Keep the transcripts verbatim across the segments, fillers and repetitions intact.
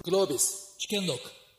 グロービス試験録。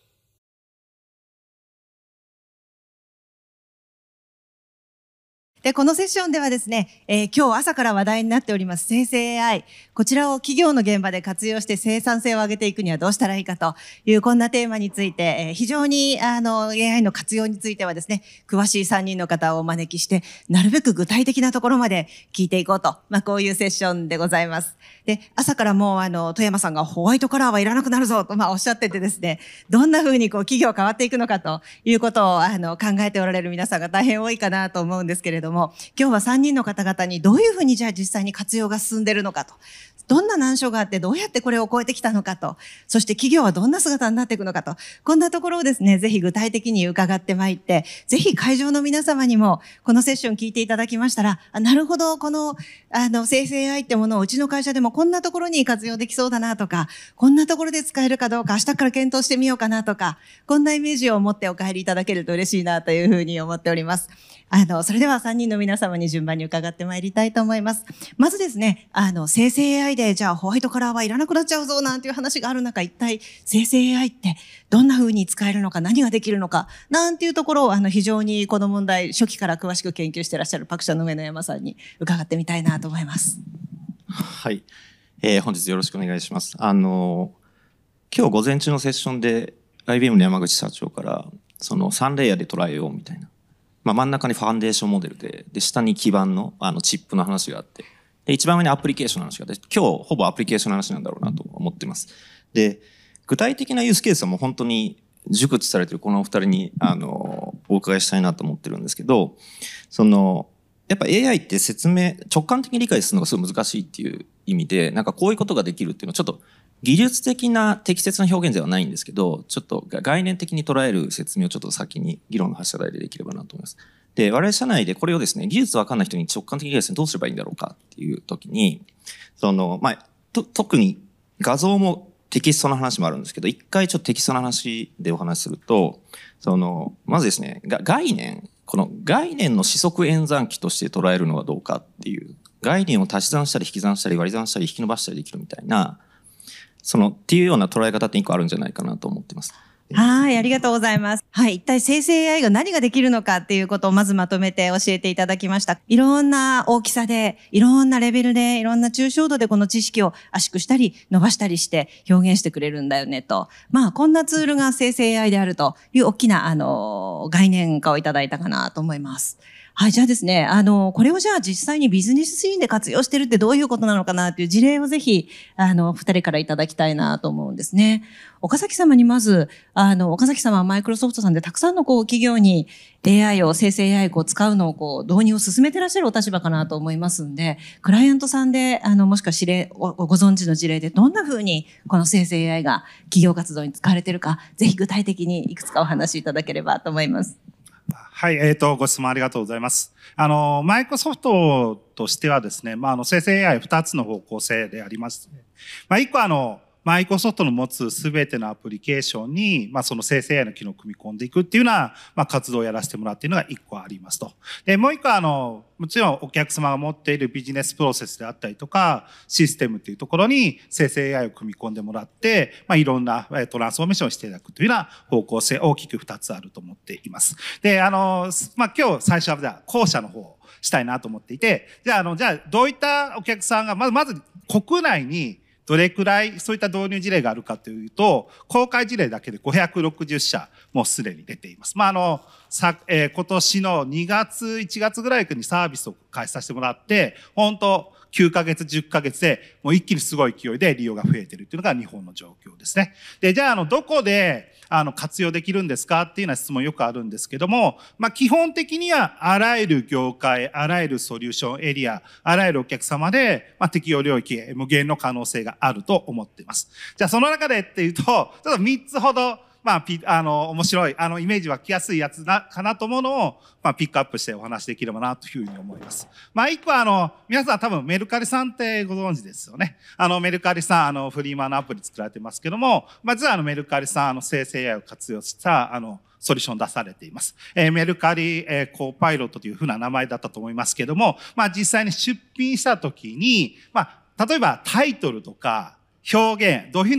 で、このセッションではですね、えー、今日朝から話題になっております生成 エーアイ。こちらを企業の現場で活用して生産性を上げていくにはどうしたらいいかというこんなテーマについて、えー、非常にあの エーアイ の活用についてはですね、詳しいさんにんの方をお招きして、なるべく具体的なところまで聞いていこうと、まあこういうセッションでございます。で、朝からもうあの富山さんがホワイトカラーはいらなくなるぞとまあおっしゃっててですね、どんな風にこう企業変わっていくのかということをあの考えておられる皆さんが大変多いかなと思うんですけれども、今日はさんにんの方々にどういうふうにじゃあ実際に活用が進んでいるのかと、どんな難所があってどうやってこれを超えてきたのかと、そして企業はどんな姿になっていくのかと、こんなところをですね、ぜひ具体的に伺ってまいって、ぜひ会場の皆様にもこのセッション聞いていただきましたら、あ、なるほど、このあの生成 エーアイ ってものをうちの会社でもこんなところに活用できそうだなとか、こんなところで使えるかどうか明日から検討してみようかなとか、こんなイメージを持ってお帰りいただけると嬉しいなというふうに思っております。あの、それではさんにんの皆様に順番に伺ってまいりたいと思います。まずですね、あの、生成 エーアイ で、じゃあホワイトカラーはいらなくなっちゃうぞ、なんていう話がある中、一体生成 エーアイ ってどんな風に使えるのか、何ができるのか、なんていうところを、あの、非常にこの問題、初期から詳しく研究していらっしゃるパク社の上野山さんに伺ってみたいなと思います。 はい。えー、本日よろしくお願いします。あの、今日午前中のセッションで アイビーエム の山口社長から、そのさんレイヤーで捉えようみたいな。まあ、真ん中にファンデーションモデルで、で、下に基板の、あの、チップの話があって、で、一番上にアプリケーションの話があって、今日ほぼアプリケーションの話なんだろうなと思っています。で、具体的なユースケースはもう本当に熟知されているこのお二人に、あの、お伺いしたいなと思ってるんですけど、その、やっぱ エーアイ って説明、直感的に理解するのがすごい難しいっていう意味で、なんかこういうことができるっていうのはちょっと技術的な適切な表現ではないんですけど、ちょっと概念的に捉える説明をちょっと先に議論の発射台でできればなと思います。で、我々社内でこれをですね、技術わかんない人に直感的に理解するにどうすればいいんだろうかっていう時に、その、まあ、と、特に画像もテキストの話もあるんですけど、一回ちょっとテキストの話でお話しすると、その、まずですね、概念、この概念の四則演算機として捉えるのはどうかっていう、概念を足し算したり引き算したり割り算したり引き伸ばしたりできるみたいな、そのっていうような捉え方って一個あるんじゃないかなと思ってます。 はい、ありがとうございます。はい、一体生成 エーアイ が何ができるのかっていうことをまずまとめて教えていただきました。いろんな大きさで、いろんなレベルで、いろんな抽象度でこの知識を圧縮したり伸ばしたりして表現してくれるんだよねと。まあ、こんなツールが生成 エーアイ であるという大きな、あの、概念化をいただいたかなと思います。はい、じゃあですね、あの、これをじゃあ実際にビジネスシーンで活用してるってどういうことなのかなっていう事例をぜひ、あの、二人からいただきたいなと思うんですね。岡崎様にまず、あの、岡崎様はマイクロソフトさんでたくさんのこう企業に エーアイ を、生成 エーアイ を使うのをこう導入を進めてらっしゃるお立場かなと思いますんで、クライアントさんで、あの、もしくは指令、ご存知の事例でどんな風にこの生成 エーアイ が企業活動に使われているか、ぜひ具体的にいくつかお話しいただければと思います。 はい、えっと、ご質問ありがとうございます。あの、マイクロソフトとしてはですね、まあ、あの、生成 エーアイふたつの方向性であります。まあ、いっこあの、マイクロソフトの持つすべてのアプリケーションに、まあ、その生成 エーアイ の機能を組み込んでいくっていうような、まあ、活動をやらせてもらっているのがいっこありますと。で、もういっこあの、もちろんお客様が持っているビジネスプロセスであったりとか、システムっていうところに生成 エーアイ を組み込んでもらって、まあ、いろんなトランスフォーメーションをしていただくというような方向性、大きくふたつあると思っています。で、あの、まあ、今日最初はじゃあ、後者の方をしたいなと思っていて、じゃあ、あの、じゃあ、どういったお客さんが、まず、まず、国内に、どれくらいそういった導入事例があるかというと、公開事例だけでごひゃくろくじゅっしゃもうすでに出ています。まあ、あの、さ、えー、今年のにがつ、いちがつぐらいにサービスを開始させてもらって、本当きゅうかげつ、じゅっかげつで、もう一気にすごい勢いで利用が増えているというのが日本の状況ですね。で、じゃあ、あの、どこで、あの、活用できるんですかっていうような質問よくあるんですけども、まあ、基本的には、あらゆる業界、あらゆるソリューションエリア、あらゆるお客様で、まあ、適用領域へ無限の可能性があると思っています。じゃあ、その中でっていうと、ちょっとみっつほど、まあ、ピ、あの、面白い、あの、イメージ湧きやすいやつな、かなと思うのを、まあ、ピックアップしてお話できればな、というふうに思います。まあ、一個は、あの、皆さん多分メルカリさんってご存知ですよね。あの、メルカリさん、あの、フリーマーのアプリ作られてますけども、まずは、あの、メルカリさん、あの、生成 エーアイ を活用した、あの、ソリューション出されています。えー、メルカリ、えー、コーパイロットというふうな名前だったと思いますけども、まあ、実際に出品したときに、まあ、例えばタイトルとか表現、どういうふうな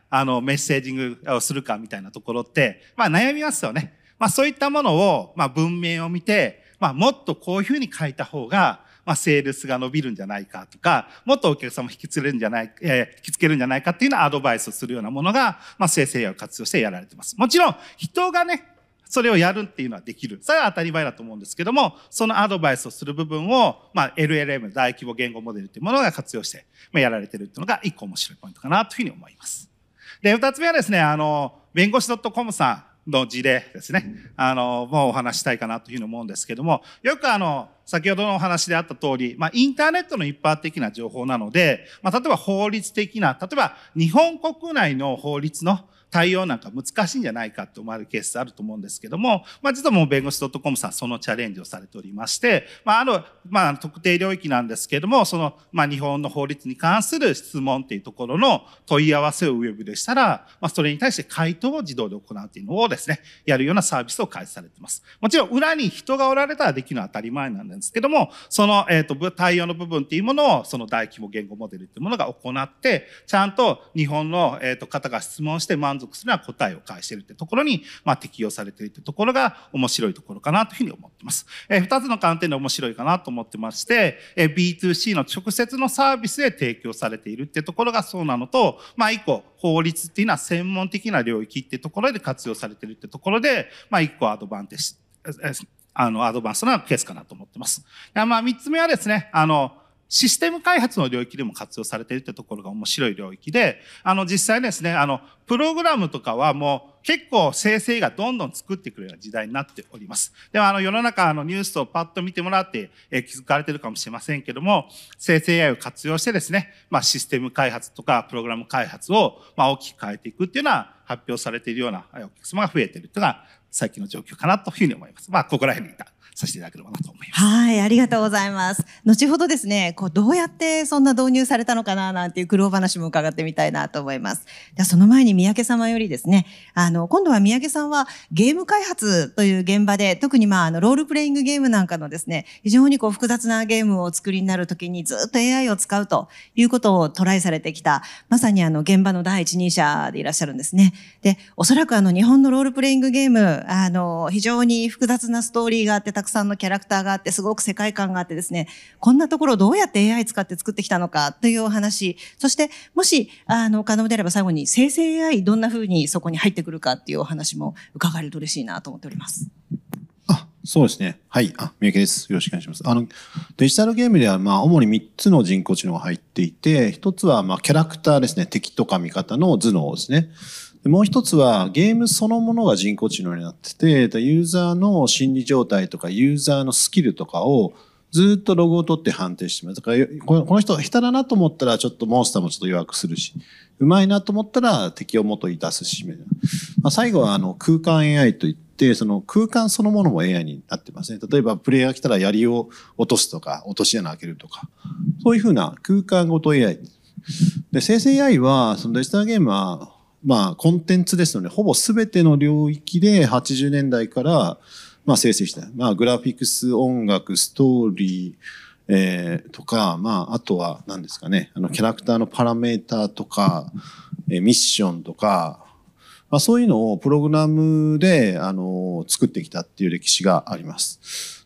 あの、メッセージングをするかみたいなところって、まあ悩みますよね。まあそういったものを、まあ文面を見て、まあもっとこういうふうに書いた方が、まあセールスが伸びるんじゃないかとか、もっとお客様を引きつけるんじゃない、えー、引きつけるんじゃないかっていうようなアドバイスをするようなものが、まあ生成 エーアイ を活用してやられています。もちろん、人がね、それをやるっていうのはできる。それは当たり前だと思うんですけども、そのアドバイスをする部分を、まあ エルエルエム、大規模言語モデルっていうものが活用して、まあ、やられてるっていうのが一個面白いポイントかなというふうに思います。で、二つ目はですね、あの、弁護士 .com さんの事例ですね。あの、もうお話したいかなというふうに思うんですけども、よくあの、先ほどのお話であった通り、まあ、インターネットの一般的な情報なので、まあ、例えば法律的な、例えば日本国内の法律の対応なんか難しいんじゃないかと思われるケースあると思うんですけども、まあ、実はもう弁護士 .com さんそのチャレンジをされておりまして、まあ、あの、まあ、特定領域なんですけども、その、まあ、日本の法律に関する質問っていうところの問い合わせをウェブでしたら、まあ、それに対して回答を自動で行うっていうのをですね、やるようなサービスを開始されています。もちろん裏に人がおられたらできるのは当たり前なんですけども、その、えっと、対応の部分っていうものを、その大規模言語モデルっていうものが行って、ちゃんと日本の、えっと、方が質問して満足するような答えを返しているってところに、まあ、適用されているってところが面白いところかなというふうに思っています。えー、二つの観点で面白いかなと思ってまして、えー、ビーツーシー の直接のサービスで提供されているってところがそうなのと、まあ、一個、法律っていうのは専門的な領域ってところで活用されているってところで、まあ、一個アドバンテージ、あの、アドバンスなケースかなと思ってます。まあ、三つ目はですね、あの、システム開発の領域でも活用されているってところが面白い領域で、あの、実際ですね、あの、プログラムとかはもう結構生成がどんどん作ってくるような時代になっております。では、あの、世の中のニュースをパッと見てもらって、えー、気づかれているかもしれませんけども、生成 エーアイ を活用してですね、まあ、システム開発とかプログラム開発を、まあ、大きく変えていくっていうのは発表されているようなお客様が増えているというのが最近の状況かなというふうに思います。まあ、ここら辺にいた。させていただければなと思います。 はい、ありがとうございます。後ほどですね、こうどうやってそんな導入されたのかななんていう苦労話も伺ってみたいなと思います。ではその前に三宅様よりですね、あの今度は三宅さんはゲーム開発という現場で、特にまああのロールプレイングゲームなんかのですね、非常にこう複雑なゲームをお作りになるときにずっと エーアイ を使うということをトライされてきた、まさにあの現場の第一人者でいらっしゃるんですね。で、おそらくあの日本のロールプレイングゲーム、あの非常に複雑なストーリーがあって、たくさんのキャラクターがあって、すごく世界観があってですね、こんなところをどうやって エーアイ 使って作ってきたのかというお話、そしてもしあの可能であれば最後に生成 エーアイ どんな風にそこに入ってくるかっていうお話も伺えると嬉しいなと思っております。 あ、そうですね。はい。あ、三宅です。よろしくお願いします。あの、デジタルゲームでは、まあ、主にみっつの人工知能が入っていて、一つは、まあ、キャラクターですね。敵とか味方の頭脳ですね。もう一つはゲームそのものが人工知能になってて、ユーザーの心理状態とかユーザーのスキルとかをずっとログを取って判定してます。だからこの人下手だなと思ったらちょっとモンスターもちょっと弱くするし、うまいなと思ったら敵を元に出すし、まあ、最後はあの空間 エーアイ といって、その空間そのものも エーアイ になってますね。例えばプレイヤーが来たら槍を落とすとか、落とし穴開けるとか、そういうふうな空間ごと エーアイ。で、生成 エーアイ はそのデジタルゲームはまあ、コンテンツですので、ほぼ全ての領域ではちじゅうねんだいから、まあ、生成した。まあ、グラフィクス、音楽、ストーリー、えー、とか、まあ、あとは何ですかね、あの、キャラクターのパラメーターとか、えー、ミッションとか、まあ、そういうのをプログラムで、あの、作ってきたっていう歴史があります。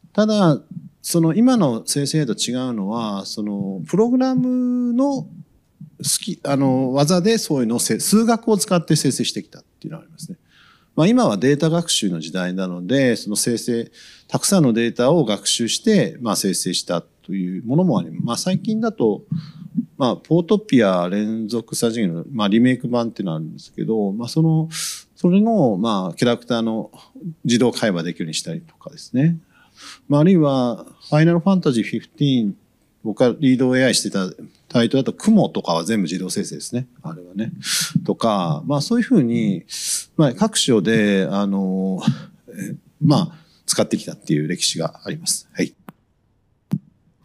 ただ、その今の生成 エーアイ と違うのは、その、プログラムの好き、あの、技でそういうのを数学を使って生成してきたっていうのがありますね。まあ今はデータ学習の時代なので、その生成、たくさんのデータを学習して、まあ生成したというものもあります。まあ最近だと、まあポートピア連続さん次元の、まあリメイク版っていうのがあるんですけど、まあその、それの、まあキャラクターの自動会話できるようにしたりとかですね。まああるいは、ファイナルファンタジーじゅうご、僕がリード エーアイ してたタイトルだと、雲とかは全部自動生成ですね。あれはね。とか、まあそういうふうに、まあ各所で、あの、まあ使ってきたっていう歴史があります。はい。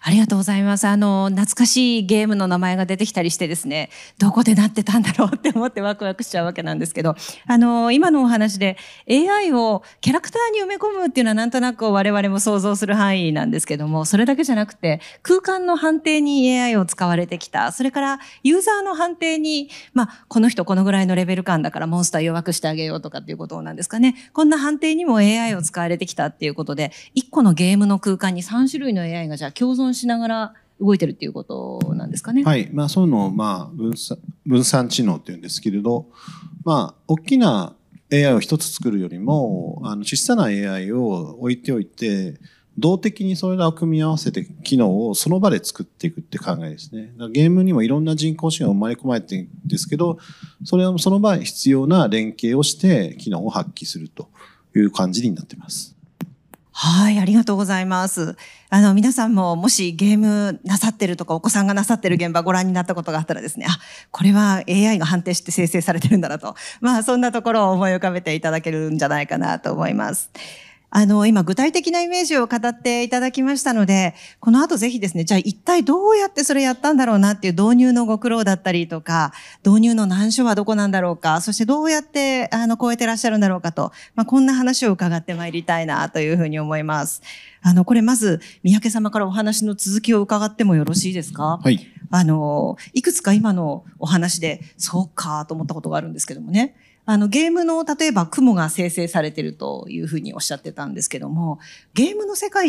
ありがとうございます。あの、懐かしいゲームの名前が出てきたりしてですね、どこでなってたんだろうって思ってワクワクしちゃうわけなんですけど、あの、今のお話で エーアイ をキャラクターに埋め込むっていうのはなんとなく我々も想像する範囲なんですけども、それだけじゃなくて、空間の判定に エーアイ を使われてきた。それからユーザーの判定に、まあ、この人このぐらいのレベル感だからモンスター弱くしてあげようとかっていうことなんですかね。こんな判定にも エーアイ を使われてきたっていうことで、一個のゲームの空間にさん種類の エーアイ がじゃあ共存しながら動いてるっていうことなんですかね。 はい。まあ、そういうのを、まあ、分散、分散知能っていうんですけれど、まあ、大きな エーアイ を一つ作るよりも、あの、小さな エーアイ を置いておいて、動的にそれらを組み合わせて機能をその場で作っていくって考えですね。だからゲームにもいろんな人工知能が生まれ込まれてるんですけど、それをその場合必要な連携をして機能を発揮するという感じになっています。 はい、ありがとうございます。あの、皆さんももしゲームなさってるとか、お子さんがなさってる現場ご覧になったことがあったらですね、あ、これは エーアイ が判定して生成されてるんだなと。まあ、そんなところを思い浮かべていただけるんじゃないかなと思います。あの、今、具体的なイメージを語っていただきましたので、この後ぜひですね、じゃあ一体どうやってそれやったんだろうなっていう導入のご苦労だったりとか、導入の難所はどこなんだろうか、そしてどうやって、あの、超えてらっしゃるんだろうかと、まあ、こんな話を伺ってまいりたいなというふうに思います。あの、これまず、三宅様からお話の続きを伺ってもよろしいですか？ はい。 あの、いくつか今のお話で、そうかと思ったことがあるんですけどもね。あの、ゲームの、例えば雲が生成されてるというふうにおっしゃってたんですけども、ゲームの世界って、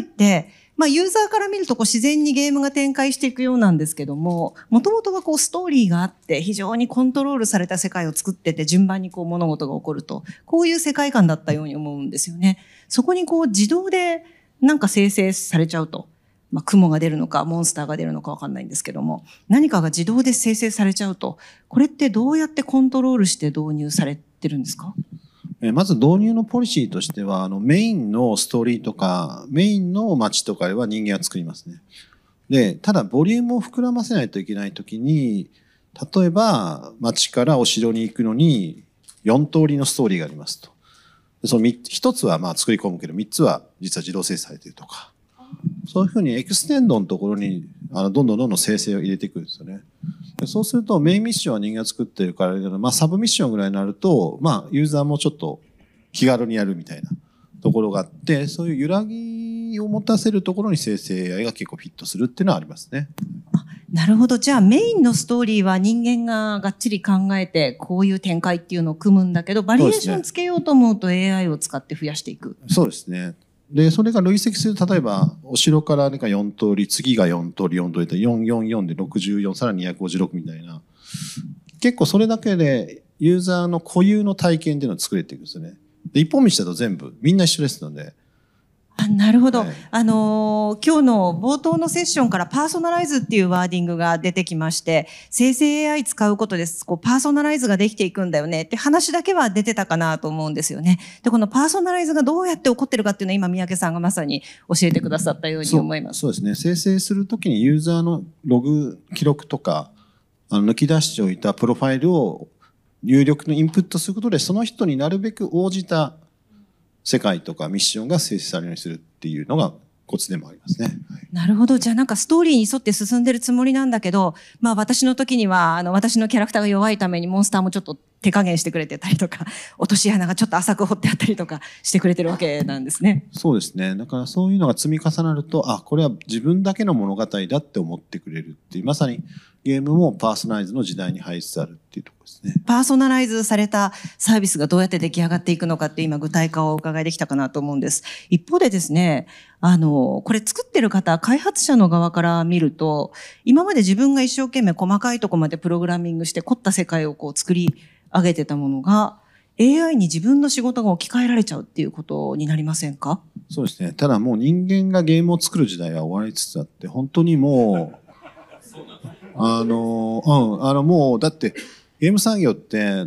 まあ、ユーザーから見るとこう自然にゲームが展開していくようなんですけども、もともとはこうストーリーがあって、非常にコントロールされた世界を作ってて、順番にこう物事が起こると、こういう世界観だったように思うんですよね。そこにこう自動でなんか生成されちゃうと。まあ、雲が出るのか、モンスターが出るのかわかんないんですけども、何かが自動で生成されちゃうと、これってどうやってコントロールして導入されてるんですか？ まず導入のポリシーとしては、あのメインのストーリーとか、メインの街とかでは人間は作りますね。で、ただボリュームを膨らませないといけないときに、例えば街からお城に行くのによん通りのストーリーがありますと。でそのひとつはまあ作り込むけど、みっつは実は自動生成されているとか。そういうふうにエクステンドのところにあのどんどんどんどん生成を入れていくんですよね。でそうするとメインミッションは人間が作ってるから、まあ、サブミッションぐらいになると、まあ、ユーザーもちょっと気軽にやるみたいなところがあって、そういう揺らぎを持たせるところに生成 エーアイ が結構フィットするっていうのはありますね。 あ、なるほど。じゃあメインのストーリーは人間ががっちり考えてこういう展開っていうのを組むんだけど、バリエーションつけようと思うと エーアイ を使って増やしていく。 そうですね。で、それが累積する、例えば、お城から何かよん通り、次がよん通り、よん通りで、よんよんよんでろくじゅうよん、さらににひゃくごじゅうろくみたいな。結構それだけで、ユーザーの固有の体験っていうのを作れていくんですよね。で、一本道だと全部、みんな一緒ですので。 あ、なるほど。 はい、 あのー、今日の冒頭のセッションからパーソナライズっていうワーディングが出てきまして、生成 エーアイ 使うことです。こう、パーソナライズができていくんだよねって話だけは出てたかなと思うんですよね。で、このパーソナライズがどうやって起こってるかっていうのは今、三宅さんがまさに教えてくださったように思います。 そう、そうですね。生成するときにユーザーのログ、記録とか、あの抜き出しておいたプロファイルを入力のインプットすることで、その人になるべく応じた世界とかミッションが生成されるようにするっていうのがコツでもありますね。はい、 なるほど。じゃあなんかストーリーに沿って進んでるつもりなんだけど、まあ私の時には、あの私のキャラクターが弱いためにモンスターもちょっと手加減してくれてたりとか、落とし穴がちょっと浅く掘ってあったりとかしてくれてるわけなんですね。 そうですね。だからそういうのが積み重なると、あ、これは自分だけの物語だって思ってくれるっていう、まさにゲームもパーソナライズの時代に入りつつあるっていうところですね。 パーソナライズされたサービスがどうやって出来上がっていくのかって今具体化をお伺いできたかなと思うんです。一方でですね、あの、これ作ってる方、開発者の側から見ると、今まで自分が一生懸命細かいところまでプログラミングして凝った世界をこう作り上げてたものが、エーアイ に自分の仕事が置き換えられちゃうっていうことになりませんか？ そうですね。ただもう人間がゲームを作る時代は終わりつつあって、本当にもう、あの、うん、あのもう、だってゲーム産業って、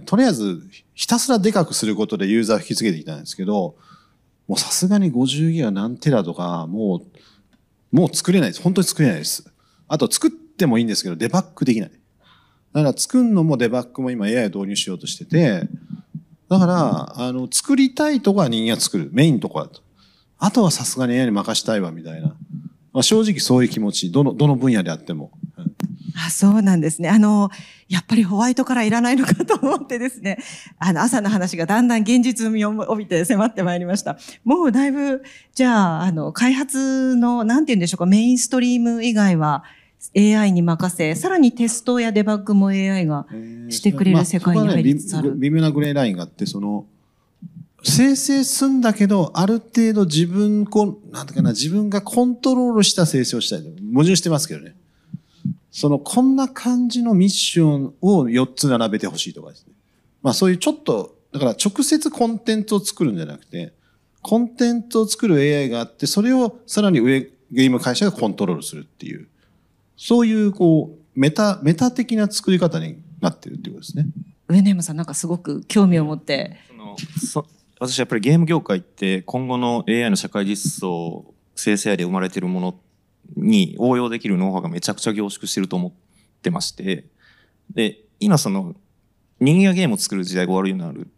とりあえずひたすらでかくすることでユーザーを引き継げてきたんですけど、もうさすがにごじゅうギガ何テラとか、もう、もう作れないです。本当に作れないです。あと作ってもいいんですけど、デバッグできない。だから作るのもデバッグも今 エーアイ を導入しようとしてて、だから、あの、作りたいとこは人間が作る。メインとこだと。あとはさすがに エーアイ に任したいわ、みたいなまあ、正直そういう気持ち、どの、どの分野であっても。 あ、そうなんですね。あの、やっぱりホワイトカラーいらないのかと思ってですね、あの、朝の話がだんだん現実味を帯びて迫ってまいりました。もうだいぶ、じゃあ、あの、開発の、なんて言うんでしょうか、メインストリーム以外は エーアイ に任せ、さらにテストやデバッグも エーアイ がしてくれる世界に入りつつある。 まあ、微妙なグレーラインがあって、その、生成すんだけど、ある程度自分こ、なんていうかな、自分がコントロールした生成をしたい。矛盾してますけどね。その、こんな感じのミッションをよっつ並べてほしいとかですね。まあそういうちょっと、だから直接コンテンツを作るんじゃなくて、コンテンツを作る エーアイ があって、それをさらに上、ゲーム会社がコントロールするっていう、そういうこう、メタ、メタ的な作り方になってるっていうことですね。 上野山さんなんかすごく興味を持って。 そのそ私やっぱりゲーム業界って今後の エーアイ の社会実装、生成 エーアイ で生まれているものに応用できるノウハウがめちゃくちゃ凝縮してると思ってまして、で、今その人間がゲームを作る時代が終わるようになるって、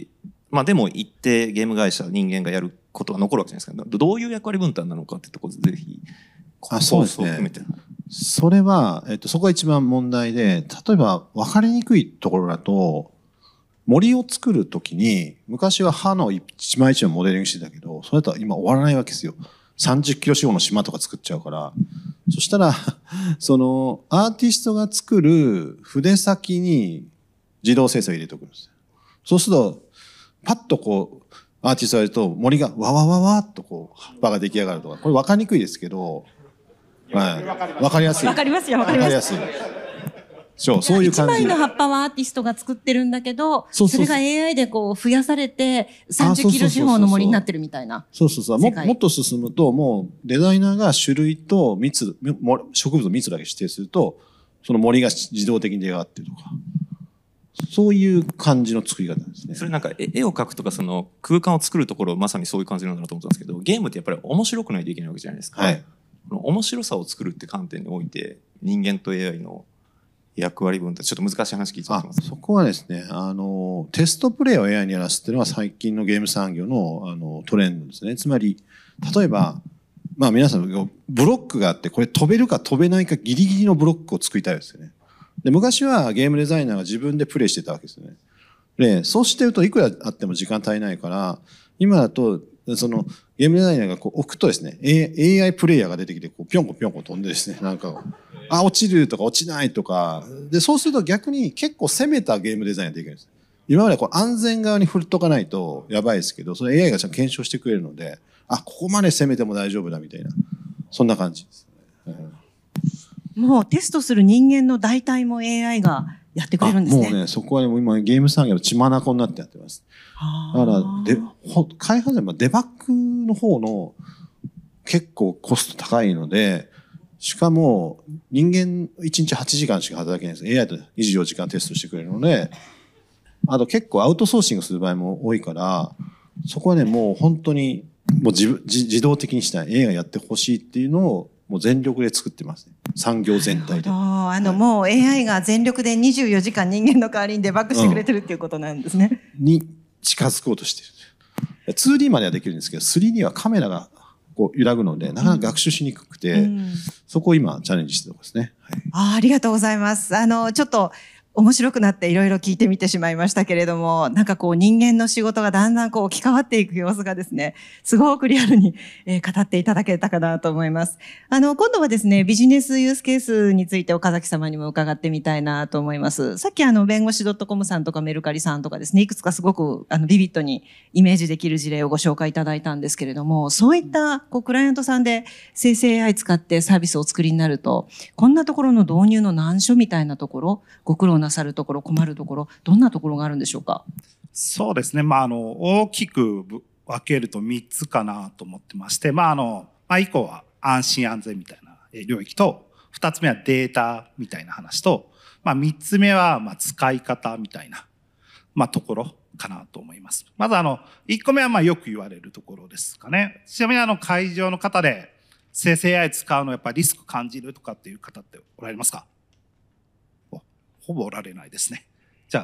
まあでも一定ゲーム会社、人間がやることが残るわけじゃないですか。どういう役割分担なのかってところでぜひ、 あ、そうですね。それは、えっと、そこが一番問題で、例えば分かりにくいところだと、森を作るときに、昔は歯の一枚一枚モデリングしてたけど、それだと今終わらないわけですよ。さんじゅっキロ四方の島とか作っちゃうから。そしたら、その、アーティストが作る筆先に自動生成を入れておくんです。そうすると、パッとこう、アーティストがやると森がわわわわっとこう、葉っぱが出来上がるとか。これ分かりにくいですけど、はい。分かりやすい。 わかりますよ、わかります。 分かりやすい。そう、そういう感じ。 一枚の葉っぱはアーティストが作ってるんだけど、そうそうそう、それが エーアイ でこう増やされてさんじゅっキロ四方の森になってるみたいな。 そうそうそう。も, もっと進むと、もうデザイナーが種類と蜜、植物の蜜だけ指定すると、その森が自動的に出上がってるとか。そういう感じの作り方ですね。 それなんか絵を描くとかその空間を作るところまさにそういう感じなんだなと思ったんですけど、ゲームってやっぱり面白くないといけないわけじゃないですか。はい。この面白さを作るって観点において、人間と エーアイ の役割分担、ちょっと難しい話聞いちゃってます。 そこはですね、あの、テストプレイを エーアイ にやらすっていうのは最近のゲーム産業のあのトレンドですね。つまり、例えば、まあ皆さん、ブロックがあって、これ飛べるか飛べないかギリギリのブロックを作りたいですよね。で、昔はゲームデザイナーが自分でプレイしてたわけですよね。で、そうしてるといくらあっても時間足りないから、今だと、その、ゲームデザイナーがこう置くとですね、エーアイ プレイヤーが出てきて、こう、ぴょんこぴょんこ飛んでですね、なんか、あ、落ちるとか落ちないとか、で、そうすると逆に結構攻めたゲームデザインができるんです。今までこう安全側に振っとかないとやばいですけど、それ エーアイ がちゃんと検証してくれるので、あ、ここまで攻めても大丈夫だみたいな、そんな感じですね。 うん、もうテストする人間の代替も エーアイ がやってくれるんですね。 もうね、そこはもう今ゲーム産業の血眼になってやってます。だからで、開発はデバッグの方の結構コスト高いので、しかも人間いちにちはちじかんしか働けないです。エーアイ とにじゅうよじかんテストしてくれるので、あと結構アウトソーシングする場合も多いから、そこはね、もう本当にもう 自, 自動的にしたい エーアイ やってほしいっていうのをもう全力で作ってますね。産業全体で。 あの、はい、もう エーアイ が全力でにじゅうよじかん人間の代わりにデバッグしてくれてるっていうことなんですね。 うん、に近づこうとしてる。ツーディー まではできるんですけど、スリーディー はカメラがこう揺らぐので、なかなか学習しにくくて、うん、そこを今チャレンジしてるところですね。はい、 あ, ありがとうございます。あの、ちょっと、面白くなっていろいろ聞いてみてしまいましたけれども、なんかこう人間の仕事がだんだんこう置き換わっていく様子がですね、すごくリアルに、えー、語っていただけたかなと思います。あの、今度はですね、ビジネスユースケースについて岡崎様にも伺ってみたいなと思います。さっきあの、弁護士 .com さんとかメルカリさんとかですね、いくつかすごくあの、ビビッドにイメージできる事例をご紹介いただいたんですけれども、そういったこう、クライアントさんで生成 エーアイ 使ってサービスをお作りになると、こんなところの導入の難所みたいなところ、ご苦労なさるところ、困るところ、どんなところがあるんでしょうか？ そうですね。まあ、あの、大きく分けるとみっつかなと思ってまして、まあ、あの、まあ、以降は安心安全みたいな領域と、ふたつめはデータみたいな話と、まあ、みっつめは、まあ、使い方みたいな、まあ、ところかなと思います。まず、あの、いっこめは、まあ、よく言われるところですかね。ちなみに、あの、会場の方で、生成 エーアイ 使うのやっぱりリスク感じるとかっていう方っておられますか？ほぼおられないですね。じゃあ、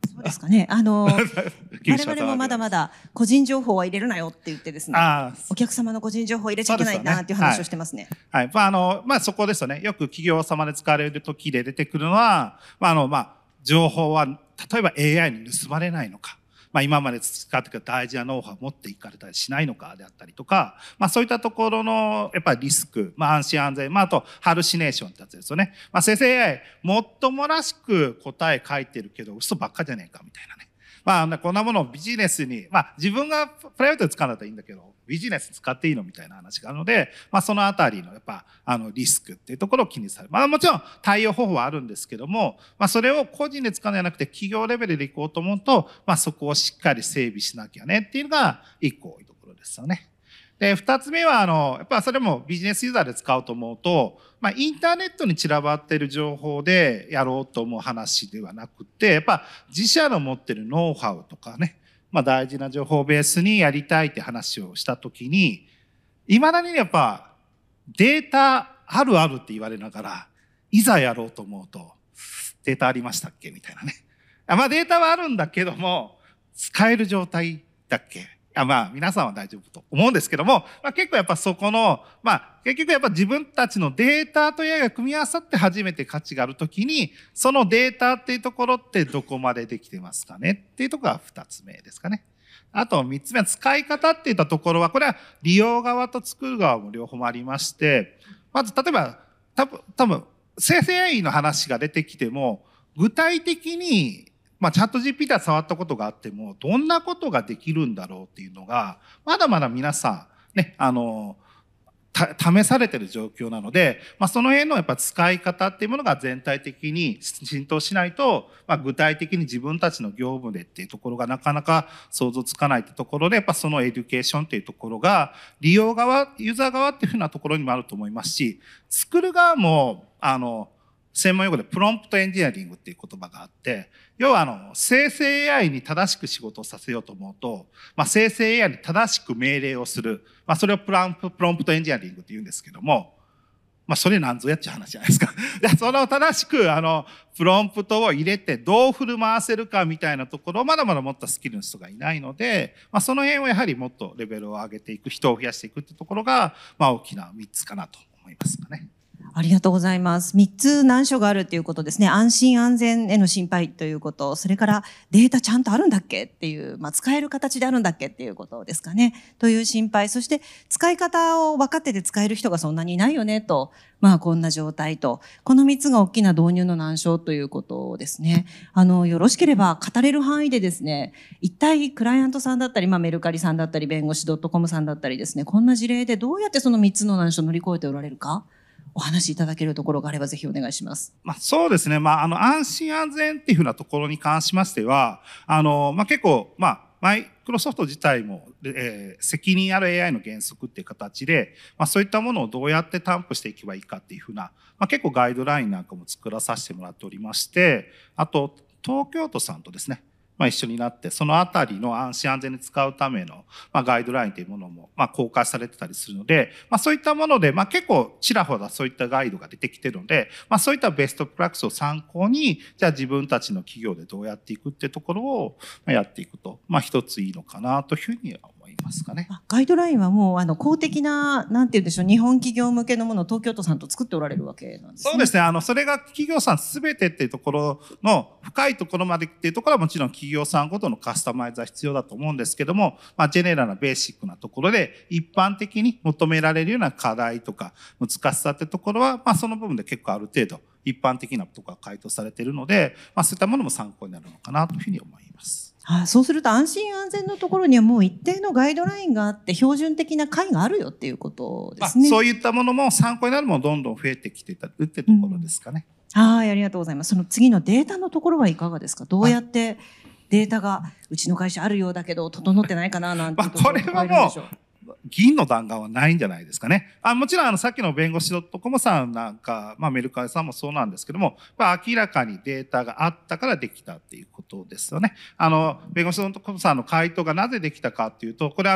そうですかね。あのギリシャ我々もまだまだ個人情報は入れるなよって言ってですね、 あお客様の個人情報を入れちゃいけないなっていう話をしてますね。 はい。まあ、あの、まあ、そこですよね。よく企業様で使われる時で出てくるのは、まあ、あの、まあ、情報は、例えば エーアイ に盗まれないのか。まあ、今まで使ってきた大事なノウハウを持っていかれたりしないのかであったりとか、まあ、そういったところの、やっぱりリスク、まあ、安心安全、まあ、あと、ハルシネーションってやつですよね。まあ、生成 エーアイ、もっともらしく答え書いてるけど、嘘ばっかじゃねえか、みたいなね。まあ、こんなものをビジネスに、まあ、自分がプライベートで使うんだったらいいんだけど、ビジネスに使っていいのみたいな話があるので、まあ、そのあたりの、やっぱ、あの、リスクっていうところを気にされる。まあ、もちろん対応方法はあるんですけども、まあ、それを個人で使うんじゃなくて、企業レベルで行こうと思うと、まあ、そこをしっかり整備しなきゃねっていうのが、一個多いところですよね。で、二つ目は、あの、やっぱそれもビジネスユーザーで使おうと思うと、まあ、インターネットに散らばっている情報でやろうと思う話ではなくて、やっぱ自社の持ってるノウハウとかね、まあ、大事な情報をベースにやりたいって話をしたときに、未だにやっぱデータあるあるって言われながら、いざやろうと思うと、データありましたっけみたいなね。まあデータはあるんだけども、使える状態だっけあまあ皆さんは大丈夫と思うんですけども、まあ、結構やっぱそこの、まあ結局やっぱ自分たちのデータと エーアイ が組み合わさって初めて価値があるときに、そのデータっていうところってどこまでできてますかねっていうところが二つ目ですかね。あと三つ目は使い方っていったところは、これは利用側と作る側も両方もありまして、まず例えば多分、多分生成 エーアイ の話が出てきても、具体的にまあ、チャット ジーピーティー は触ったことがあっても、どんなことができるんだろうっていうのが、まだまだ皆さん、ね、あの、試されている状況なので、まあ、その辺のやっぱ使い方っていうものが全体的に浸透しないと、まあ、具体的に自分たちの業務でっていうところがなかなか想像つかないってところで、やっぱそのエデュケーションっていうところが、利用側、ユーザー側っていうふうなところにもあると思いますし、作る側も、あの、専門用語でプロンプトエンジニアリングっていう言葉があって、要はあの、生成 エーアイ に正しく仕事をさせようと思うと、まあ、生成 エーアイ に正しく命令をする。まあ、それをプランプ、プロンプトエンジニアリングって言うんですけども、まあ、それなんぞやっちゃう話じゃないですか。で、それを正しく、あの、プロンプトを入れてどう振る舞わせるかみたいなところをまだまだ持ったスキルの人がいないので、まあ、その辺をやはりもっとレベルを上げていく、人を増やしていくってところが、まあ、大きなみっつかなと思いますかね。 ありがとうございます。みっつ難所があるっていうことですね。安心安全への心配ということ、それからデータちゃんとあるんだっけっていう、まあ、使える形であるんだっけっていうことですかね。という心配。そして使い方を分かってて使える人がそんなにいないよねと、まあこんな状態と、このみっつが大きな導入の難所ということですね。あの、よろしければ語れる範囲でですね、一体クライアントさんだったり、まあメルカリさんだったり、弁護士 .com さんだったりですね、こんな事例でどうやってそのみっつの難所を乗り越えておられるか、お話しいただけるところがあればぜひお願いします。 まあ、そうですね。まあ、あの、安心安全っていうふうなところに関しましては、あの、まあ、結構、まあ、マイクロソフト自体も、えー、責任ある エーアイ の原則っていう形で、まあ、そういったものをどうやって担保していけばいいかっていうふうな、まあ、結構ガイドラインなんかも作らさせてもらっておりまして、あと、東京都さんとですね、まあ、一緒になって、そのあたりの安心安全に使うための、まあ、ガイドラインというものも、まあ、公開されてたりするので、まあ、そういったもので、まあ、結構ちらほらそういったガイドが出てきてるので、まあ、そういったベストプラクスを参考に、じゃあ自分たちの企業でどうやっていくっていうところをやっていくと、まあ、一ついいのかなというふうには思いますかね。 ガイドラインはもう、あの、公的な、なんて言うんでしょう、日本企業向けのものを東京都さんと作っておられるわけなんですね。 そうですね。あの、それが企業さんすべてっていうところの深いところまでっていうところはもちろん企業さんごとのカスタマイズは必要だと思うんですけども、まあ、ジェネラルなベーシックなところで一般的に求められるような課題とか難しさってところは、まあ、その部分で結構ある程度一般的なところが回答されているので、まあ、そういったものも参考になるのかなというふうに思います。 ああ、そうすると安心安全のところにはもう一定のガイドラインがあって標準的な解があるよっていうことですね。 まあ、そういったものも参考になるものどんどん増えてきてたってところですかね。 うん、はい、ありがとうございます。その次のデータのところはいかがですか。どうやってデータがうちの会社あるようだけど整ってないかななんてところがあるんでしょう。 まあ、これはもう銀の弾丸はないんじゃないですかね。あもちろんあのさっきの弁護士 .com さんなんか、まあ、メルカリさんもそうなんですけども、まあ、明らかにデータがあったからできたっていうことですよね。あの弁護士 .com さんの回答がなぜできたかっていうと、これあの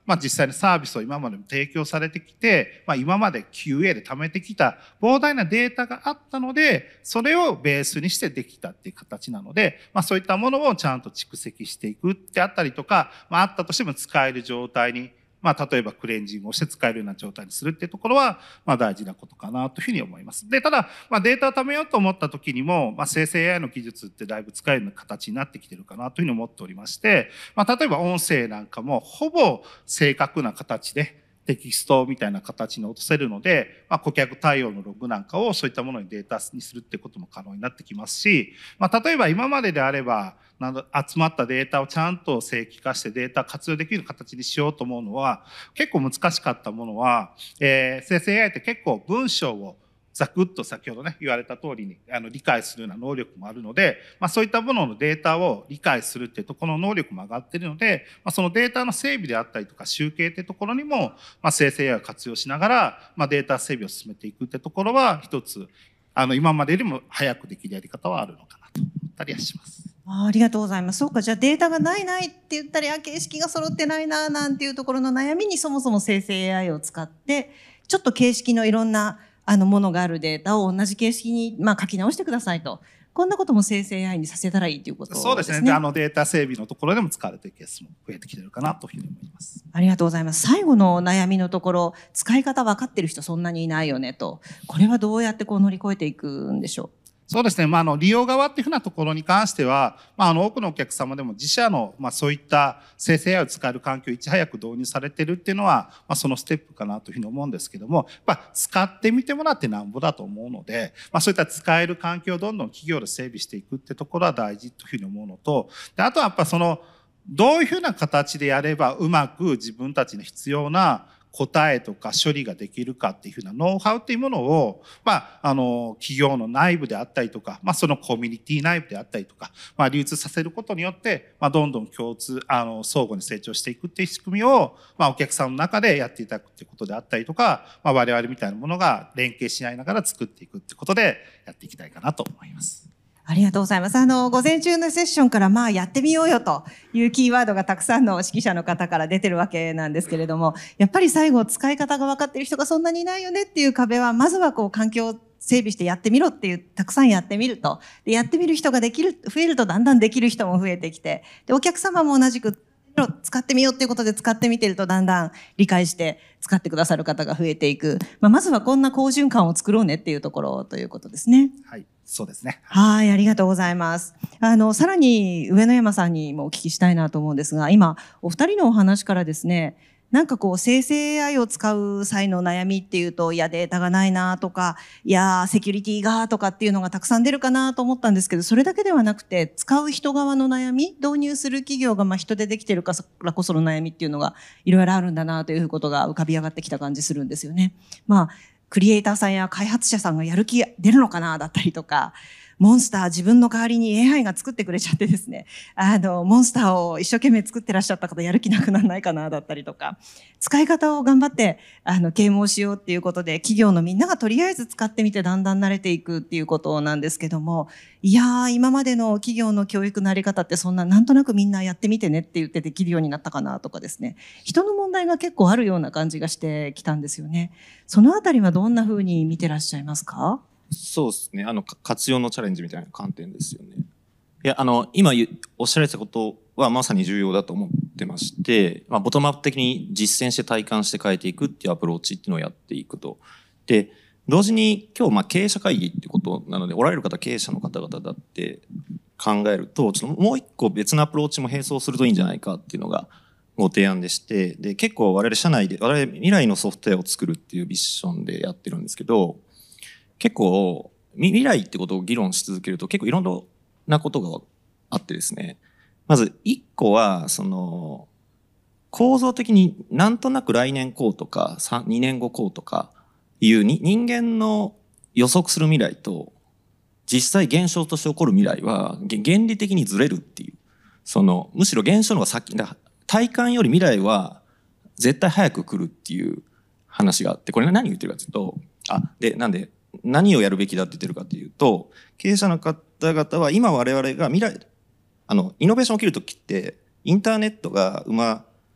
まあ、実際にサービスを今までも提供されてきて、まあ、今まで キューエー で貯めてきた膨大なデータがあったので、それをベースにしてできたっていう形なので、まあ、そういったものをちゃんと蓄積していくってあったりとか、まあ、あったとしても使える状態に、まあ、例えばクレンジングをして使えるような状態にするっていうところは、まあ、大事なことかなというふうに思います。で、ただ、まあ、データを貯めようと思った時にも、まあ、生成 エーアイ の技術ってだいぶ使えるような形になってきてるかなというふうに思っておりまして、まあ、例えば音声なんかも、ほぼ正確な形で、テキストみたいな形に落とせるので、まあ、顧客対応のログなんかをそういったものにデータにするってことも可能になってきますし、まあ、例えば今までであれば、集まったデータをちゃんと正規化してデータ活用できる形にしようと思うのは、結構難しかったものは、えー、生成 エーアイ って結構文章をざくっと先ほどね、言われた通りにあの理解するような能力もあるので、まあ、そういったもののデータを理解するっていうところの能力も上がっているので、まあ、そのデータの整備であったりとか集計っていうところにも、まあ、生成 エーアイ を活用しながら、まあ、データ整備を進めていくってところは一つ、あの今までよりも早くできるやり方はあるのかなと思ったりはします。 あ, ありがとうございます。そうか、じゃあデータがないないって言ったり、あ、形式が揃ってないななんていうところの悩みにそもそも生成 エーアイ を使って、ちょっと形式のいろんなあのものがあるデータを同じ形式に、まあ、書き直してくださいと。こんなことも生成 エーアイ にさせたらいいということですね。 そうですね。あのデータ整備のところでも使われているケースも増えてきてるかなというふうに思います。 ありがとうございます。最後の悩みのところ、使い方分かってる人そんなにいないよねと。これはどうやってこう乗り越えていくんでしょう。 そうですね。まあ、あの、利用側っていうふうなところに関しては、まあ、あの、多くのお客様でも自社の、まあ、そういった生成 エーアイ を使える環境をいち早く導入されてるっていうのは、まあ、そのステップかなというふうに思うんですけども、やっぱ、使ってみてもらってなんぼだと思うので、まあ、そういった使える環境をどんどん企業で整備していくってところは大事というふうに思うのと、であとはやっぱその、どういうふうな形でやればうまく自分たちの必要な答えとか処理ができるかっていうふうなノウハウっていうものを、まあ、あの、企業の内部であったりとか、まあ、そのコミュニティ内部であったりとか、まあ、流通させることによって、まあ、どんどん共通、あの、相互に成長していくっていう仕組みを、まあ、お客さんの中でやっていただくっていうことであったりとか、まあ、我々みたいなものが連携し合いながら作っていくってことでやっていきたいかなと思います。 ありがとうございます。あの、午前中のセッションからまあやってみようよというキーワードがたくさんの指揮者の方から出てるわけなんですけれども、やっぱり最後使い方が分かっている人がそんなにいないよねっていう壁は、まずはこう環境を整備してやってみろっていう、たくさんやってみると。で、やってみる人ができる、増えるとだんだんできる人も増えてきて、で、お客様も同じく使ってみようっていうことで使ってみてるとだんだん理解して使ってくださる方が増えていく。まあ、まずはこんな好循環を作ろうねっていうところということですね。 はい。そうですね。 はい、ありがとうございます。あの、さらに上野山さんにもお聞きしたいなと思うんですが、今、お二人のお話からですね、なんかこう、生成 エーアイ を使う際の悩みっていうと、いや、データがないなとか、いや、セキュリティがとかっていうのがたくさん出るかなと思ったんですけど、それだけではなくて、使う人側の悩み、導入する企業がまあ人でできてるからこその悩みっていうのがいろいろあるんだなということが浮かび上がってきた感じするんですよね。まあ、クリエイターさんや開発者さんがやる気出るのかなだったりとか、モンスター自分の代わりに エーアイ が作ってくれちゃってですね、あの、モンスターを一生懸命作ってらっしゃった方やる気なくならないかなだったりとか、使い方を頑張って、あの、啓蒙しようっていうことで、企業のみんながとりあえず使ってみてだんだん慣れていくっていうことなんですけども、いやー、今までの企業の教育のあり方ってそんななんとなくみんなやってみてねって言ってできるようになったかなとかですね、人の問題が結構あるような感じがしてきたんですよね。そのあたりはどんな風に見てらっしゃいますか？ そうですね。あの、活用のチャレンジみたいな観点ですよね。いや、あの、今おっしゃられたことはまさに重要だと思ってまして、まあ、ボトムアップ的に実践して体感して変えていくっていうアプローチっていうのをやっていくと。で、同時に今日、まあ、経営者会議ってことなので、おられる方、経営者の方々だって考えると、ちょっともう一個別のアプローチも並走するといいんじゃないかっていうのがご提案でして、で、結構我々社内で、我々未来のソフトウェアを作るっていうビッションでやってるんですけど、結構未来ってことを議論し続けると結構いろんなことがあってですね。まず一個はその構造的になんとなく来年こうとかにねんごこうとかいうに人間の予測する未来と実際現象として起こる未来は原理的にずれるっていう。そのむしろ現象の方が先だ。体感より未来は絶対早く来るっていう話があって、これ何言ってるかというと、あ、で、なんで何をやるべきだって言ってるかというと、経営者の方々は今我々が未来、あの、イノベーション起きるときって、インターネットが生ま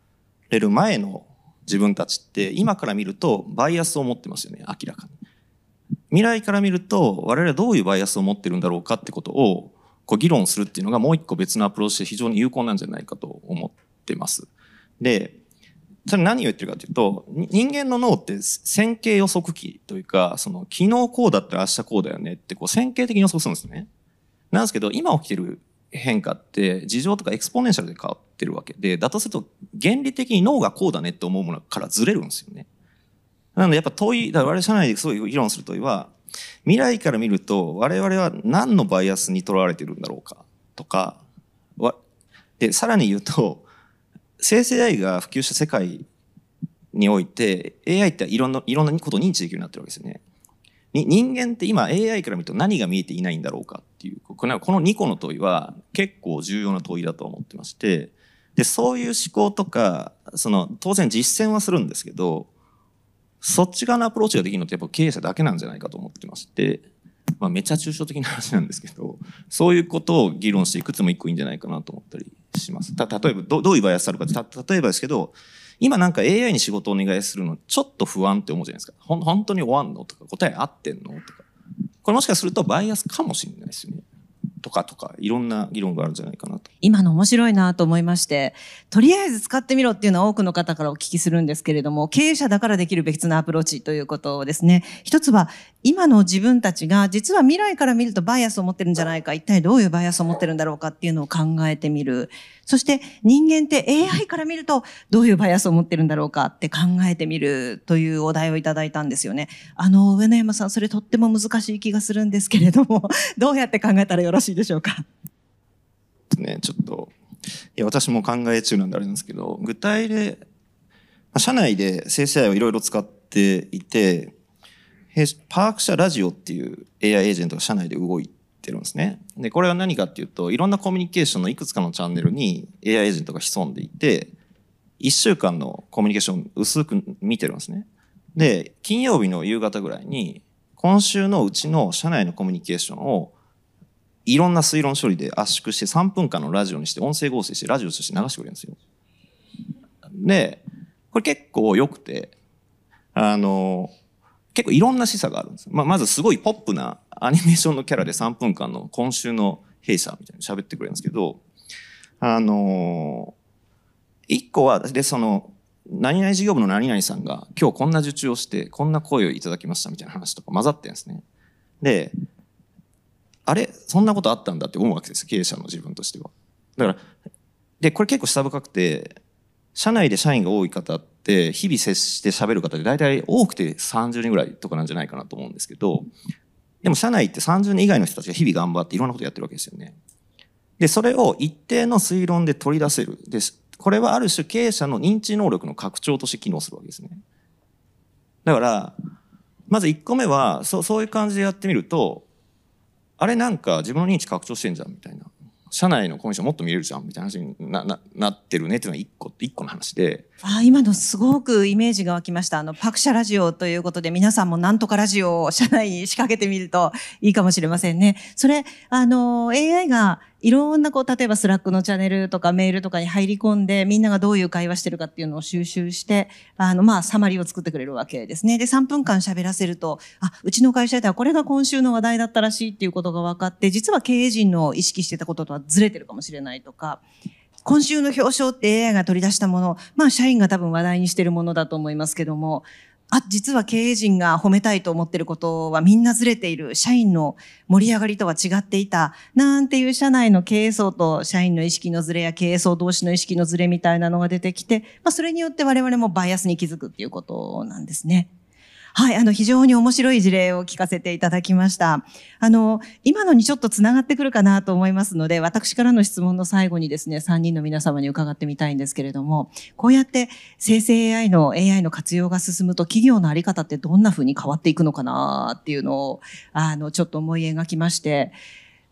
れる前の自分たちって今から見るとバイアスを持ってますよね、明らかに。未来から見ると我々はどういうバイアスを持ってるんだろうかってことをこう議論するっていうのがもう一個別のアプローチで非常に有効なんじゃないかと思ってます。で、それ何を言ってるかというと、人間の脳って線形予測器というか、その昨日こうだったら明日こうだよねってこう線形的に予測するんですね。なんですけど今起きてる変化って事情とかエクスポネンシャルで変わってるわけで、だとすると原理的に脳がこうだねって思うものからずれるんですよね。なのでやっぱ問い、だから我々社内ですごい議論する問いは、未来から見ると我々は何のバイアスにとらわれてるんだろうかとか、でさらに言うと生成 エーアイ が普及した世界において エーアイ っていろんないろんなことを認知できるようになってるわけですよね。人間って今 エーアイ から見ると何が見えていないんだろうかっていうこのにこの問いは結構重要な問いだと思ってまして、でそういう思考とかその当然実践はするんですけど、そっち側のアプローチができるのってやっぱ経営者だけなんじゃないかと思ってまして、まあ、めちゃ抽象的な話なんですけど、そういうことを議論していくつも一個いいんじゃないかなと思ったりします。た例えば ど, どういうバイアスあるかって、た例えばですけど、今なんか エーアイ に仕事をお願いするのちょっと不安って思うじゃないですか。ほん本当に終わんのとか答え合ってんのとか、これもしかするとバイアスかもしれないですよね。とかとかいろんな議論があるんじゃないかなと。 今の面白いなと思いまして、とりあえず使ってみろっていうのは多くの方からお聞きするんですけれども、経営者だからできる別なアプローチということですね。一つは今の自分たちが実は未来から見るとバイアスを持ってるんじゃないか、一体どういうバイアスを持ってるんだろうかっていうのを考えてみる。そして人間って エーアイ から見るとどういうバイアスを持ってるんだろうかって考えてみるというお題をいただいたんですよね。あの上野山さん、それとっても難しい気がするんですけれども、どうやって考えたらよろしいでしょうか。 ね、ちょっといや私も考え中なんであれなんですけど、具体で社内で生成 エーアイ をいろいろ使っていて、パーク社ラジオっていう エーアイ エージェントが社内で動いてるんですね。でこれは何かっていうと、いろんなコミュニケーションのいくつかのチャンネルに エーアイ エージェントが潜んでいて、いっしゅうかんのコミュニケーション薄く見てるんですね。で金曜日の夕方ぐらいに今週のうちの社内のコミュニケーションをいろんな推論処理で圧縮してさんぷんかんのラジオにして音声合成してラジオとして流してくれるんですよ。でこれ結構良くて、あの結構いろんな示唆があるんです。まあ、まずすごいポップなアニメーションのキャラでさんぷんかんの今週の弊社みたいに喋ってくれるんですけど、あの一個はでその何々事業部の何々さんが今日こんな受注をしてこんな声をいただきましたみたいな話とか混ざってるんですね。であれそんなことあったんだって思うわけです、経営者の自分としては。だからでこれ結構下深くて、社内で社員が多い方って日々接して喋る方で大体多くてさんじゅうにんぐらいとかなんじゃないかなと思うんですけど、でも社内ってさんじゅうにん以外の人たちが日々頑張っていろんなことやってるわけですよね。でそれを一定の推論で取り出せる。でこれはある種経営者の認知能力の拡張として機能するわけですね。だからまずいっこめはそ う, そういう感じでやってみると、あれなんか自分の認知拡張してんじゃんみたいな、社内のコミュニケーションもっと見れるじゃんみたいな話に な, な, なってるねっていうのが一個一個の話で、 あ、今のすごくイメージが湧きました。あのパク社ラジオということで、皆さんもなんとかラジオを社内に仕掛けてみるといいかもしれませんね。それあの エーアイ がいろんなこう例えばスラックのチャンネルとかメールとかに入り込んで、みんながどういう会話してるかっていうのを収集して、あのまあサマリーを作ってくれるわけですね。でさんぷんかん喋らせると、あ、うちの会社ではこれが今週の話題だったらしいっていうことが分かって、実は経営陣の意識してたこととはずれてるかもしれないとか、今週の表彰って エーアイ が取り出したもの、まあ社員が多分話題にしてるものだと思いますけども、あ、実は経営陣が褒めたいと思ってることはみんなずれている、社員の盛り上がりとは違っていたなんていう社内の経営層と社員の意識のずれや経営層同士の意識のずれみたいなのが出てきて、まあ、それによって我々もバイアスに気づくっていうことなんですね。はい、あの非常に面白い事例を聞かせていただきました。あの今のにちょっとつながってくるかなと思いますので、私からの質問の最後にですね、さんにんの皆様に伺ってみたいんですけれども、こうやって生成 エーアイ の エーアイ の活用が進むと企業の在り方ってどんな風に変わっていくのかなっていうのをあのちょっと思い描きまして、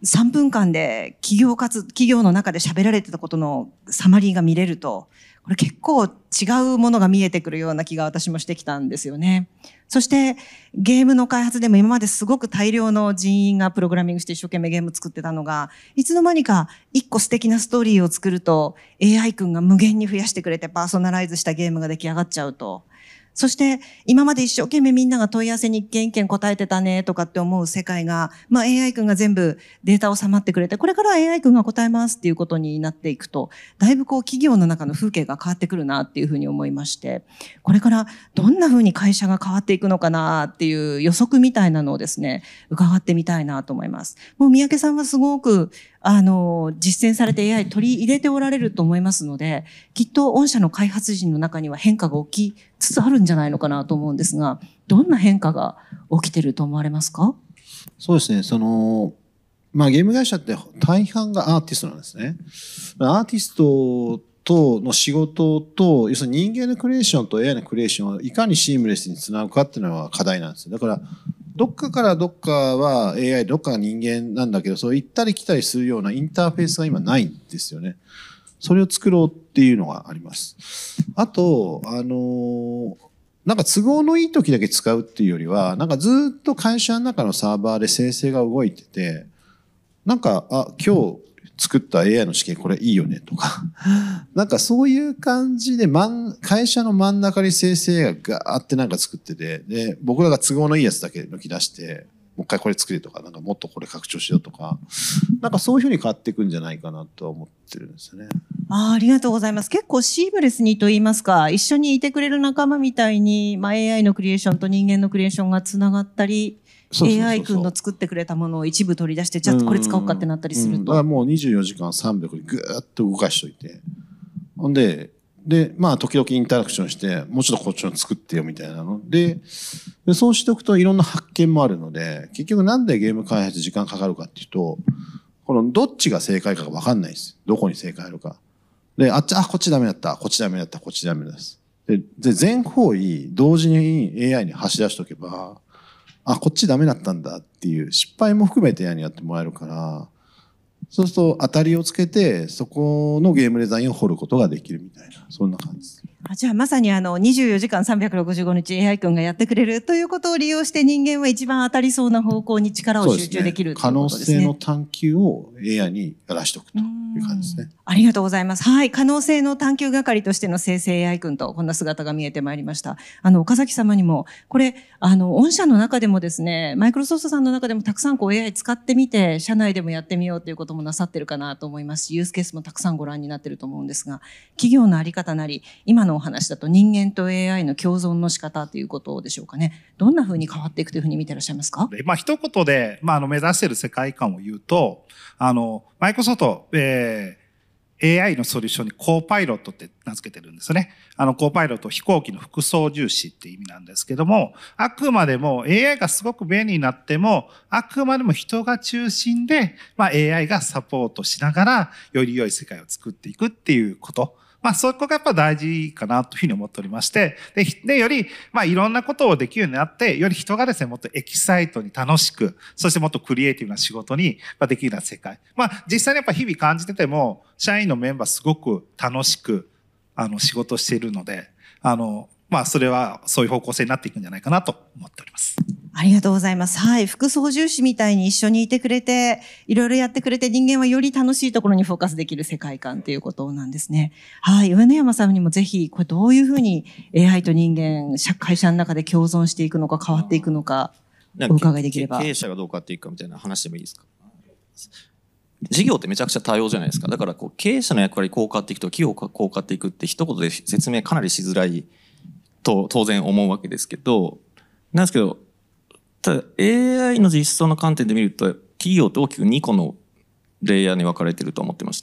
さんぷんかんで企業活、企業の中で喋られてたことのサマリーが見れると、これ結構違うものが見えてくるような気が私もしてきたんですよね。そしてゲームの開発でも今まですごく大量の人員がプログラミングして一生懸命ゲーム作ってたのが、いつの間にか一個素敵なストーリーを作ると エーアイ 君が無限に増やしてくれてパーソナライズしたゲームが出来上がっちゃうと。そして今まで一生懸命みんなが問い合わせに一件一件答えてたねとかって思う世界が、まあ エーアイ 君が全部データを収まってくれて、これから エーアイ 君が答えますっていうことになっていくと、だいぶこう企業の中の風景が変わってくるなっていうふうに思いまして、これからどんなふうに会社が変わっていくのかなっていう予測みたいなのをですね、伺ってみたいなと思います。もう三宅さんはすごくあの、実践されて エーアイ 取り入れておられると思いますので、きっと御社の開発陣の中には変化が起きつつあるんじゃないのかなと思うんですが、どんな変化が起きてると思われますか？ そうですね。その、まあゲーム会社って大半がアーティストなんですね。アーティストとの仕事と、要するに人間のクリエーションと エーアイ のクリエーションをいかにシームレスにつなぐかっていうのが課題なんですよ。だから、どっかからどっかは エーアイ、どっかが人間なんだけど、そう行ったり来たりするようなインターフェースが今ないんですよね。それを作ろうっていうのがあります。あと、あの、なんか都合のいい時だけ使うっていうよりは、なんかずっと会社の中のサーバーで生成が動いてて、なんか、あ、今日作った エーアイ の試験これいいよねとか、なんかそういう感じで、会社の真ん中に生成がガーってなんか作ってて、で、僕らが都合のいいやつだけ抜き出して、もう一回これ作れとか、なんかもっとこれ拡張しようとか、なんかそういうふうに変わっていくんじゃないかなとは思ってるんですよね。 ああ、ありがとうございます。結構シームレスにと言いますか、一緒にいてくれる仲間みたいに、まあ、エーアイ のクリエーションと人間のクリエーションがつながったり、 そうそうそうそうエーアイ 君の作ってくれたものを一部取り出して、じゃあこれ使おうかってなったりすると。 だからもうにじゅうよじかんさんびゃくにぐーっと動かしといて。ほんで、で、まあ時々インタラクションして、もうちょっとこっちの作ってよみたいなので、でそうしておくといろんな発見もあるので、結局なんでゲーム開発時間かかるかっていうと、このどっちが正解かがわかんないです。どこに正解あるか。で、あっち、あ、こっちダメだった、こっちダメだった、こっちダメです。で、で全方位同時に エーアイ に走り出しとけば、あ、こっちダメだったんだっていう失敗も含めて エーアイ にやってもらえるから、そうすると当たりをつけて、そこのゲームデザインを掘ることができるみたいな、そんな感じです。 あ、じゃあまさにあのにじゅうよじかんさんびゃくろくじゅうごにち エーアイ 君がやってくれるということを利用して人間は一番当たりそうな方向に力を集中できるということですね。 可能性の探求を エーアイ にやらしておくという感じですね。 ありがとうございます。はい。可能性の探求係としての生成 エーアイ 君とこんな姿が見えてまいりました。あの、岡崎様にも、これ、あの、御社の中でもですね、マイクロソフトさんの中でもたくさんこう エーアイ 使ってみて、社内でもやってみようということもなさってるかなと思いますし、ユースケースもたくさんご覧になってると思うんですが、企業のあり方なり、今のお話だと人間と エーアイ の共存の仕方ということでしょうかね。どんな風に変わっていくというふうに見てらっしゃいますか？ まあ、一言で、まあ、あの、目指している世界観を言うと、あの、マイクロソフト、えーエーアイ のソリューションにコーパイロットって名付けてるんですね。あの、コーパイロット、飛行機の副操縦士って意味なんですけども、あくまでも エーアイ がすごく便利になっても、あくまでも人が中心で、まあ エーアイ がサポートしながら、より良い世界を作っていくっていうこと。まあ、そこがやっぱ大事かなというふうに思っておりまして、で、でより、まあ、いろんなことをできるようになって、より人がですね、もっとエキサイトに楽しく、そしてもっとクリエイティブな仕事にできるような世界。まあ、実際にやっぱ日々感じてても、社員のメンバーすごく楽しく、あの、仕事しているので、あの、まあ、それはそういう方向性になっていくんじゃないかなと思っております。 ありがとうございます。はい。副操縦士みたいに一緒にいてくれて、いろいろやってくれて、人間はより楽しいところにフォーカスできる世界観ということなんですね。はい。上野山さんにもぜひ、これどういうふうに エーアイ と人間、会社の中で共存していくのか変わっていくのか、お伺いできれば。 経営者がどう変わっていくかみたいな話でもいいですか？事業ってめちゃくちゃ多様じゃないですか。だからこう経営者の役割こう変わっていくと企業がこう変わっていくって一言で説明かなりしづらいと当然思うわけですけど、なんですけど、ただ エーアイ の実装の観点で見ると企業って大きくにこのレイヤーに分かれてると思ってまして、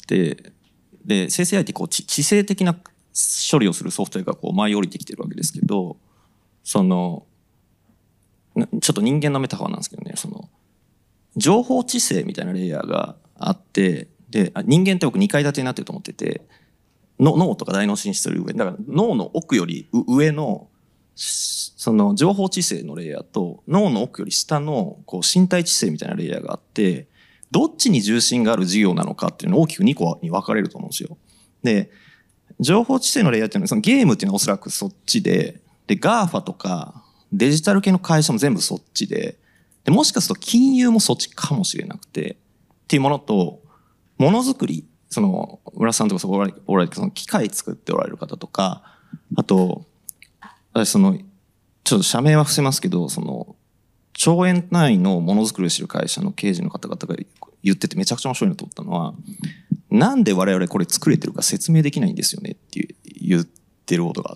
で生成 エーアイ ってこう知知性的な処理をするソフトウェアがこう舞い降りてきてるわけですけど、そのちょっと人間のメタファーなんですけどね、その情報知性みたいなレイヤーがあって、で人間って僕にかい建てになってると思ってて、の脳とか大脳進出する上だから脳の奥より上のその情報知性のレイヤーと脳の奥より下のこう身体知性みたいなレイヤーがあって、 どっちに重心がある事業なのかっていうのを大きくにこに分かれると思うんですよ。で、情報知性のレイヤーっていうのは、そのゲームっていうのはおそらくそっちで、で、ガーファ とかデジタル系の会社も全部そっちで、で、もしかすると金融もそっちかもしれなくて、っていうものと、ものづくり、その、村さんとかそこおられおられる、その機械作っておられる方とか、あと、私その、ちょっと社名は伏せますけど、その、兆円単位のものづくりをしている会社の経営陣の方々が言っててめちゃくちゃ面白いなと思ったのは、なんで我々これ作れてるか説明できないんですよねって言ってることがあって、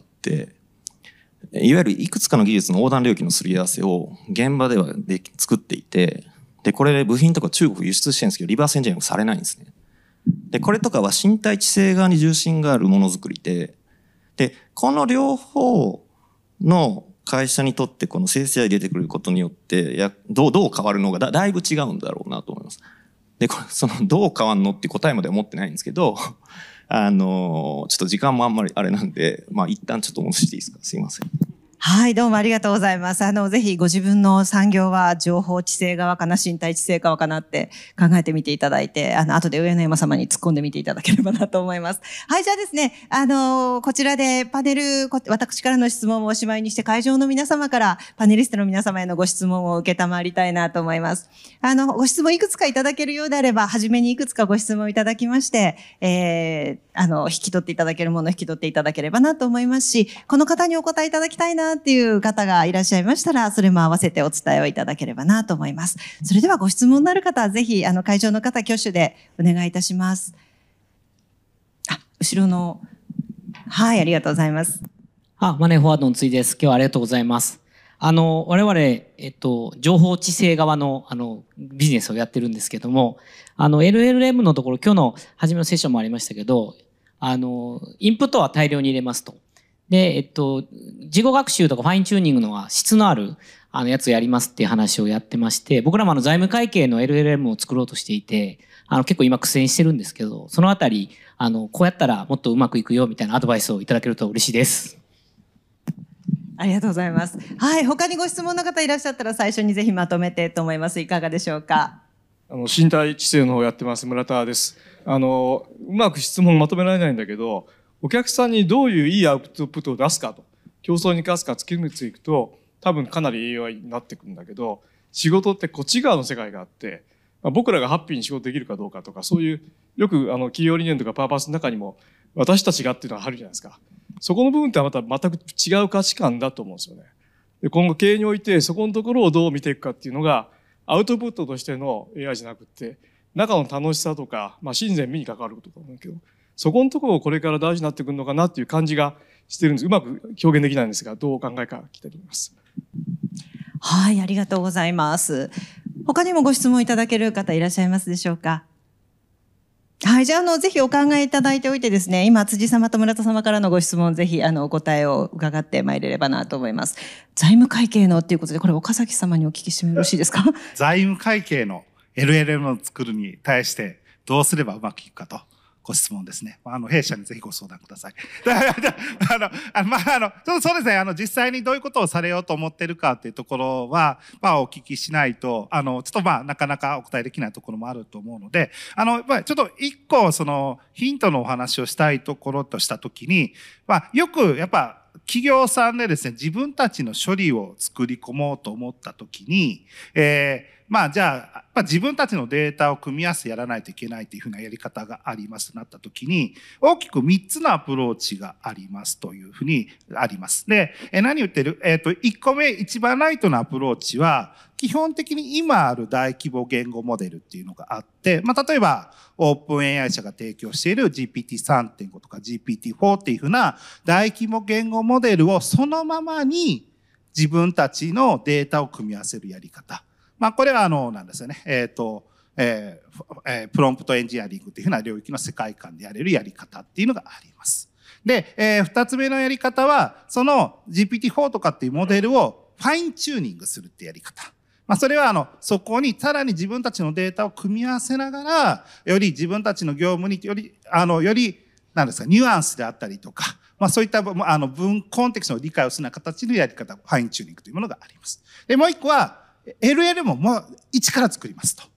いわゆるいくつかの技術の横断領域のすり合わせを現場ではで作っていて、で、これで部品とか中国輸出してるんですけど、リバースエンジニアリングされないんですね。で、これとかは身体知性側に重心があるものづくりで、で、この両方の会社にとってこの生成 エーアイ 出てくることによってやどうどう変わるのが だ, だいぶ違うんだろうなと思います。でこれそのどう変わるのって答えまでは思ってないんですけどあのちょっと時間もあんまりあれなんで、まあ一旦ちょっと戻していいですか。すいません。 はい、どうもありがとうございます。あの、ぜひご自分の産業は情報知性側かな、身体知性側かなって考えてみていただいて、あの、後で上野山様に突っ込んでみていただければなと思います。はい、じゃあですね、あの、こちらでパネル、私からの質問をおしまいにして、会場の皆様からパネリストの皆様へのご質問を受けたまわりたいなと思います。あの、ご質問いくつかいただけるようであれば、初めにいくつかご質問いただきまして、えー、あの、引き取っていただけるものを引き取っていただければなと思いますし、この方にお答えいただきたいなっていう方がいらっしゃいましたら、それも合わせてお伝えをいただければなと思います。それではご質問のある方は、ぜひ、あの、会場の方、挙手でお願いいたします。あ、後ろの、はい、ありがとうございます。 あ、マネーフォワードのついです。今日はありがとうございます。あの、我々、えっと、情報知性側の、あの、ビジネスをやってるんですけども、あの、エルエルエム のところ、今日の初めのセッションもありましたけど、あの、インプットは大量に入れますと。で、えっと、自己学習とかファインチューニングのは質のある、あの、やつをやりますっていう話をやってまして、僕らもあの、財務会計の エルエルエム を作ろうとしていて、あの、結構今苦戦してるんですけど、そのあたり、あの、こうやったらもっとうまくいくよみたいなアドバイスをいただけると嬉しいです。 ありがとうございます。はい、他にご質問の方いらっしゃったら最初にぜひまとめてと思います。いかがでしょうか。 あの身体知性の方やってます村田です。あのうまく質問まとめられないんだけど、お客さんにどういういいアウトプットを出すかと、競争に勝つか突き抜けていくと多分かなり エーアイ になってくるんだけど、仕事ってこっち側の世界があって、まあ、僕らがハッピーに仕事できるかどうかとか、そういうよくあの企業理念とかパーパスの中にも私たちがっていうのがあるじゃないですか。そこの部分ってはまた全く違う価値観だと思うんですよね。で今後経営においてそこのところをどう見ていくかっていうのがアウトプットとしての エーアイ じゃなくて、中の楽しさとか、まあ、親善美に関わることだと思うけど、そこのところをこれから大事になってくるのかなっていう感じがしてるんです。うまく表現できないんですが、どうお考えか聞きたいと思います。 はい、ありがとうございます。他にもご質問いただける方いらっしゃいますでしょうか。はい、じゃあ、あの、ぜひお考えいただいておいてですね、今、辻様と村田様からのご質問、ぜひ、あの、お答えを伺ってまいれればなと思います。財務会計のっていうことで、これ岡崎様にお聞きしてもよろしいですか。 財務会計の エルエルエム を作るに対してどうすればうまくいくかとご質問ですね。あの、弊社にぜひご相談ください。あの、あの、まあ、あの、そうそうですね。あの、実際にどういうことをされようと思ってるかっていうところは、まあ、お聞きしないと、あの、ちょっとまあ、なかなかお答えできないところもあると思うので、あの、まあ、ちょっと一個、その、ヒントのお話をしたいところとしたときに、まあ、よく、やっぱ、企業さんでですね、自分たちの処理を作り込もうと思ったときに、えー、まあじゃあ、まあ、自分たちのデータを組み合わせてやらないといけないというふうなやり方がありますとなったときに、大きくみっつのアプローチがありますというふうにあります。で、え何言ってるえっと、いっこめ、一番ライトなアプローチは、基本的に今ある大規模言語モデルっていうのがあって、まあ例えば、オープン エーアイ 社が提供している ジーピーティースリーてんご とか ジーピーティーフォー っていうふうな大規模言語モデルをそのままに自分たちのデータを組み合わせるやり方。まあこれはあの、なんですよね。えっと、えーえー、プロンプトエンジニアリングっていうふうな領域の世界観でやれるやり方っていうのがあります。で、えー、二つ目のやり方は、その ジーピーティーフォー とかっていうモデルをファインチューニングするってやり方。まあそれはあの、そこにさらに自分たちのデータを組み合わせながら、より自分たちの業務により、あの、より、なんですか、ニュアンスであったりとか、まあそういったあの文、コンテクストの理解をするような形のやり方、ファインチューニングというものがあります。で、もう一個は、エルエル ももう一から作りますと。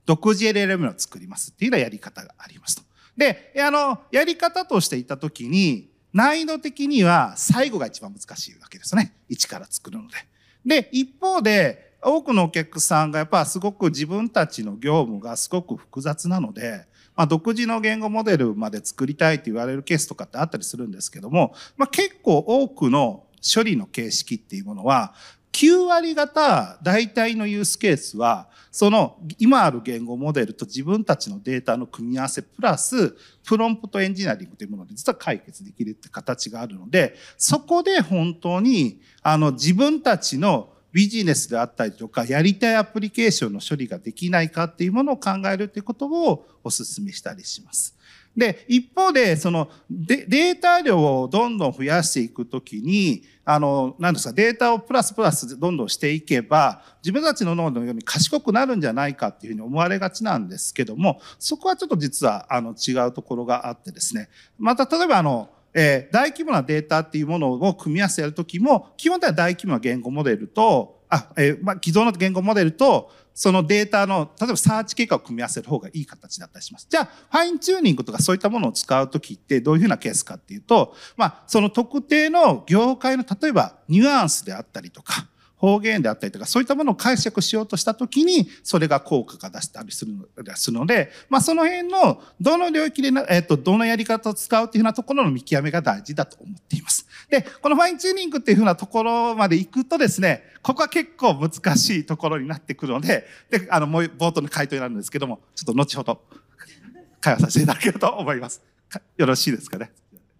独自 エルエルエム を作りますっていうようなやり方がありますと。で、あの、やり方としていったときに、難易度的には最後が一番難しいわけですね。一から作るので。で、一方で、多くのお客さんがやっぱすごく自分たちの業務がすごく複雑なので、まあ、独自の言語モデルまで作りたいと言われるケースとかってあったりするんですけども、まあ、結構多くの処理の形式っていうものは、きゅうわり方大体のユースケースは、その今ある言語モデルと自分たちのデータの組み合わせプラス、プロンプトエンジニアリングというもので実は解決できるって形があるので、そこで本当にあの自分たちのビジネスであったりとか、やりたいアプリケーションの処理ができないかっていうものを考えるということをお勧めしたりします。で、一方で、そのデ、データ量をどんどん増やしていくときに、あの、何ですか、データをプラスプラスどんどんしていけば、自分たちの脳のように賢くなるんじゃないかっていうふうに思われがちなんですけども、そこはちょっと実は、あの、違うところがあってですね。また、例えばあの、えー、大規模なデータっていうものを組み合わせやるときも、基本的には大規模な言語モデルと、あ、えー、まあ、既存の言語モデルと、そのデータの、例えばサーチ結果を組み合わせる方がいい形だったりします。じゃあ、ファインチューニングとかそういったものを使うときってどういうふうなケースかっていうと、まあ、その特定の業界の、例えばニュアンスであったりとか、方言であったりとか、そういったものを解釈しようとしたときに、それが効果が出したりするので、まあ、その辺の、どの領域で、えっと、どのやり方を使うっていうふうなところの見極めが大事だと思っています。で、このファインチューニングっていうふうなところまで行くとですね、ここは結構難しいところになってくるので、で、あの、もう冒頭の回答になるんですけども、ちょっと後ほど会話させていただけると思います。よろしいですかね。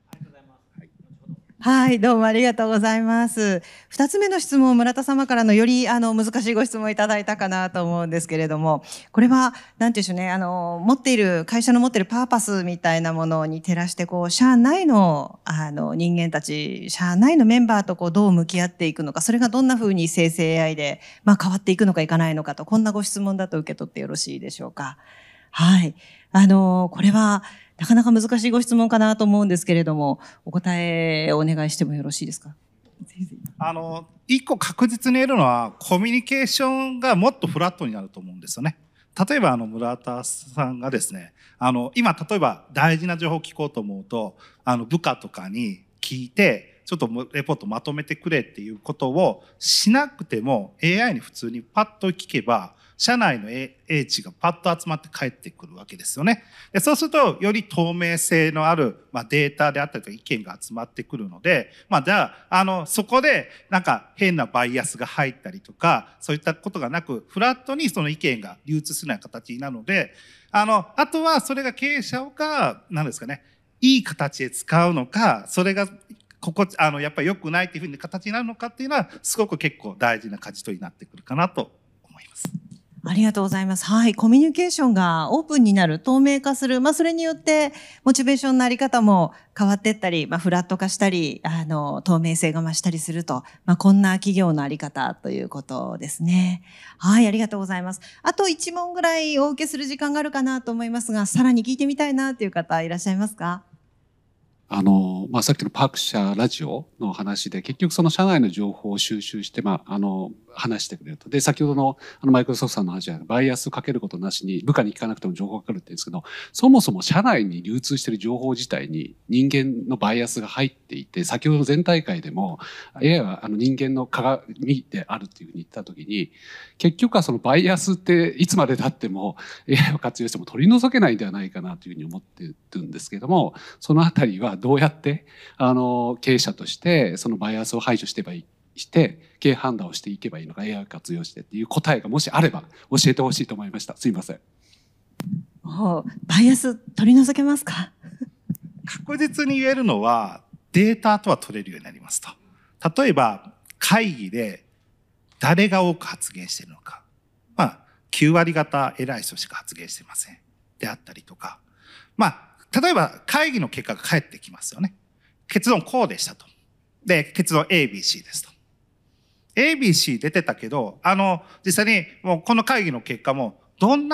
はい、どうもありがとうございます。二つ目の質問、村田様からのよりあの難しいご質問いただいたかなと思うんですけれども、これはなんていうんでしょうね、あの持っている会社の持っているパーパスみたいなものに照らしてこう社内のあの人間たち、社内のメンバーとこうどう向き合っていくのか、それがどんな風に生成 エーアイ でまあ変わっていくのかいかないのかと、こんなご質問だと受け取ってよろしいでしょうか。はい、あのこれは。なかなか難しいご質問かなと思うんですけれども、お答えをお願いしてもよろしいですか。 あの、一個確実に言えるのは、コミュニケーションがもっとフラットになると思うんですよね。例えば、あの、村田さんがですね、あの、今、例えば大事な情報を聞こうと思うと、あの、部下とかに聞いて、ちょっとレポートまとめてくれっていうことをしなくても、エーアイ に普通にパッと聞けば、社内の英知がパッと集まって帰ってくるわけですよね。でそうすると、より透明性のある、まあ、データであったりとか意見が集まってくるので、まあ、じゃあ、あの、そこで、なんか変なバイアスが入ったりとか、そういったことがなく、フラットにその意見が流通するような形なので、あの、あとはそれが経営者が、何ですかね、いい形で使うのか、それが、ここ、あの、やっぱり良くないっていうふうに形になるのかっていうのは、すごく結構大事な舵取りになってくるかなと思います。 ありがとうございます。はい。コミュニケーションがオープンになる、透明化する。まあ、それによって、モチベーションのあり方も変わっていったり、まあ、フラット化したり、あの、透明性が増したりすると。まあ、こんな企業のあり方ということですね。はい。ありがとうございます。あといち問ぐらいお受けする時間があるかなと思いますが、さらに聞いてみたいなという方いらっしゃいますか？ あの、まあ、さっきのパーク社ラジオの話で、結局その社内の情報を収集して、まあ、あの、話してくれると。で、先ほどの、あの、マイクロソフトさんの話は、バイアスをかけることなしに、部下に聞かなくても情報がかかるって言うんですけど、そもそも社内に流通している情報自体に人間のバイアスが入っていて、先ほどの前大会でも、エーアイはあの人間の鏡であるっていうふうに言ったときに、結局はそのバイアスっていつまで経っても エーアイ を活用しても取り除けないんではないかなというふうに思ってるんですけども、そのあたりはどうやって、あの、経営者としてそのバイアスを排除してばいいして経営判断をしていけばいいのか、 エーアイ を活用してっていう答えがもしあれば教えてほしいと思いました。すいません。 おバイアス取り除けますか？ 確実に言えるのはデータとは取れるようになりますと。例えば会議で誰が多く発言しているのか、まあきゅう割方偉い人しか発言していませんであったりとか、まあ例えば会議の結果が返ってきますよね。結論こうでしたと。で結論 エービーシー ですと。エービーシー 出てたけど、あの、実際にもうこの会議の結果も、どんな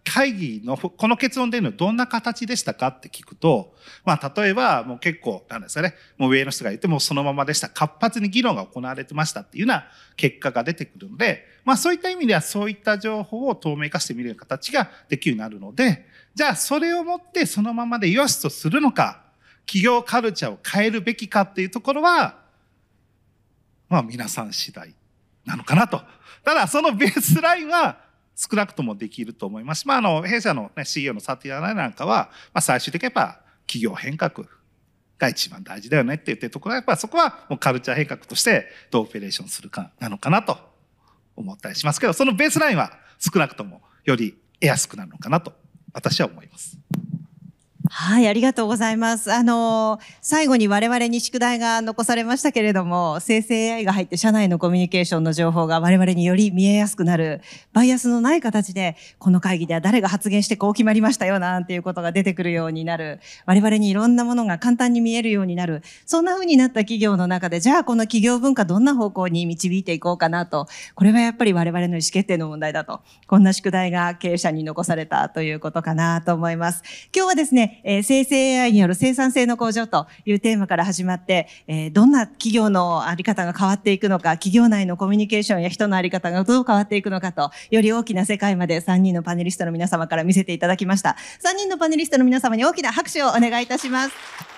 会議のこの結論でのどんな形でしたかって聞くと、まあ例えばもう結構なんですかね、もう上の人が言ってもそのままでした、活発に議論が行われてましたっていうような結果が出てくるので、まあそういった意味ではそういった情報を透明化してみるような形ができるようになるので、じゃあそれをもってそのままで良しとするのか、企業カルチャーを変えるべきかっていうところは、まあ皆さん次第なのかなと。ただそのベースラインは少なくともできると思います。まあ、あの、弊社の、ね、シーイーオー のサティアナなんかは、まあ、最終的にやっぱ企業変革が一番大事だよねって言ってるところは、やっぱそこはもうカルチャー変革としてどうオペレーションするかなのかなと思ったりしますけど、そのベースラインは少なくともより得やすくなるのかなと私は思います。 はい、ありがとうございます。あの、最後に我々に宿題が残されましたけれども、生成 エーアイ が入って社内のコミュニケーションの情報が我々により見えやすくなる、バイアスのない形で、この会議では誰が発言してこう決まりましたよなんていうことが出てくるようになる、我々にいろんなものが簡単に見えるようになる、そんな風になった企業の中で、じゃあこの企業文化どんな方向に導いていこうかなと、これはやっぱり我々の意思決定の問題だと、こんな宿題が経営者に残されたということかなと思います。今日はですね、えー、生成 エーアイ による生産性の向上というテーマから始まって、えー、どんな企業のあり方が変わっていくのか、企業内のコミュニケーションや人のあり方がどう変わっていくのかと、より大きな世界までさんにんのパネリストの皆様から見せていただきました。さんにんのパネリストの皆様に大きな拍手をお願いいたします。